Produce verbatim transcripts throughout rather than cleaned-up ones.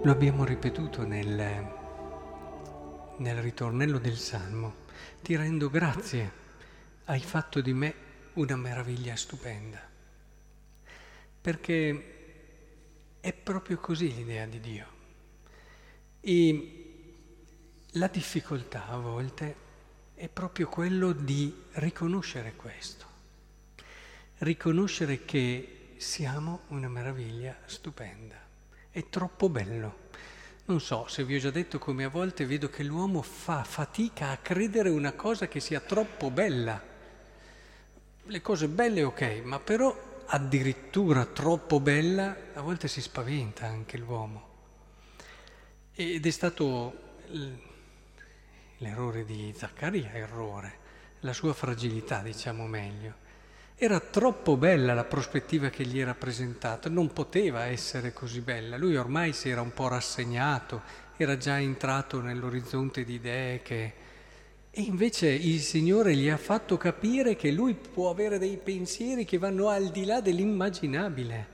Lo abbiamo ripetuto nel, nel ritornello del Salmo. Ti rendo grazie, hai fatto di me una meraviglia stupenda. Perché è proprio così l'idea di Dio. E la difficoltà a volte è proprio quello di riconoscere questo. Riconoscere che siamo una meraviglia stupenda. È troppo bello. Non so se vi ho già detto come a volte vedo che l'uomo fa fatica a credere una cosa che sia troppo bella. Le cose belle ok, ma però addirittura troppo bella a volte si spaventa anche l'uomo. Ed è stato l'errore di Zaccaria, errore, la sua fragilità, diciamo meglio. Era troppo bella la prospettiva che gli era presentata, non poteva essere così bella. Lui ormai si era un po' rassegnato, era già entrato nell'orizzonte di idee che... E invece il Signore gli ha fatto capire che lui può avere dei pensieri che vanno al di là dell'immaginabile.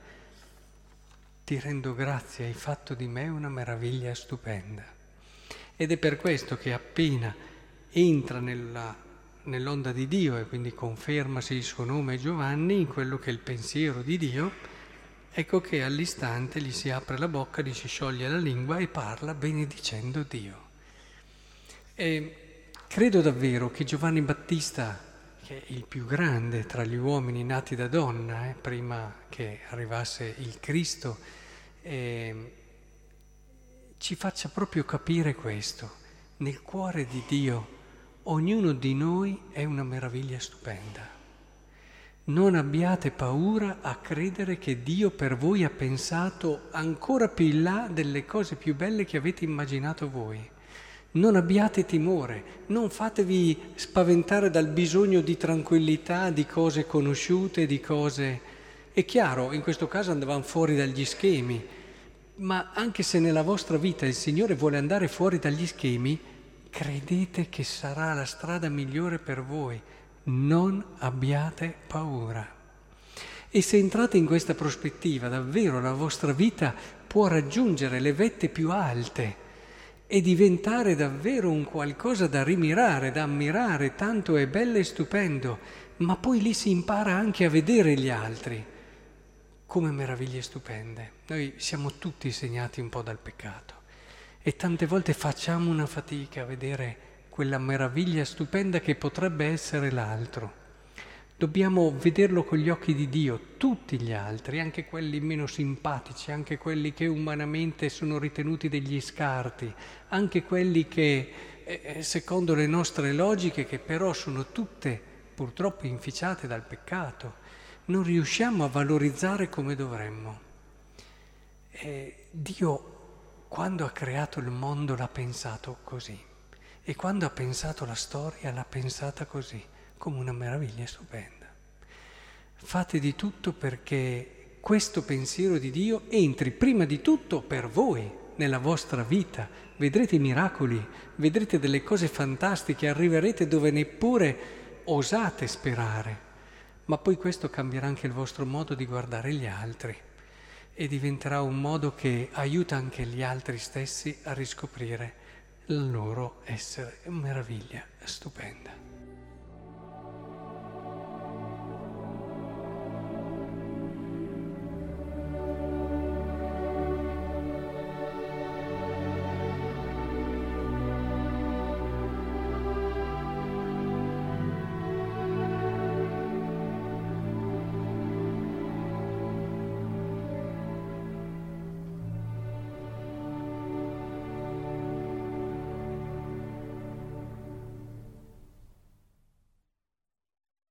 Ti rendo grazie, hai fatto di me una meraviglia stupenda. Ed è per questo che appena entra nella... nell'onda di Dio e quindi confermasi il suo nome Giovanni in quello che è il pensiero di Dio, ecco che all'istante gli si apre la bocca, gli si scioglie la lingua e parla benedicendo Dio. E credo davvero che Giovanni Battista, che è il più grande tra gli uomini nati da donna, eh, prima che arrivasse il Cristo, eh, ci faccia proprio capire questo. Nel cuore di Dio ognuno di noi è una meraviglia stupenda. Non abbiate paura a credere che Dio per voi ha pensato ancora più in là delle cose più belle che avete immaginato voi. Non abbiate timore, non fatevi spaventare dal bisogno di tranquillità, di cose conosciute, di cose... È chiaro, in questo caso andavamo fuori dagli schemi, ma anche se nella vostra vita il Signore vuole andare fuori dagli schemi, credete che sarà la strada migliore per voi, non abbiate paura. E se entrate in questa prospettiva, davvero la vostra vita può raggiungere le vette più alte e diventare davvero un qualcosa da rimirare, da ammirare, tanto è bello e stupendo, ma poi lì si impara anche a vedere gli altri come meraviglie stupende. Noi siamo tutti segnati un po' dal peccato. E tante volte facciamo una fatica a vedere quella meraviglia stupenda che potrebbe essere l'altro. Dobbiamo vederlo con gli occhi di Dio, tutti gli altri, anche quelli meno simpatici, anche quelli che umanamente sono ritenuti degli scarti, anche quelli che, eh, secondo le nostre logiche, che però sono tutte purtroppo inficiate dal peccato, non riusciamo a valorizzare come dovremmo. Eh, Dio quando ha creato il mondo l'ha pensato così e quando ha pensato la storia l'ha pensata così, come una meraviglia stupenda. Fate di tutto perché questo pensiero di Dio entri prima di tutto per voi, nella vostra vita. Vedrete i miracoli, vedrete delle cose fantastiche, arriverete dove neppure osate sperare, ma poi questo cambierà anche il vostro modo di guardare gli altri. E diventerà un modo che aiuta anche gli altri stessi a riscoprire il loro essere una meraviglia stupenda.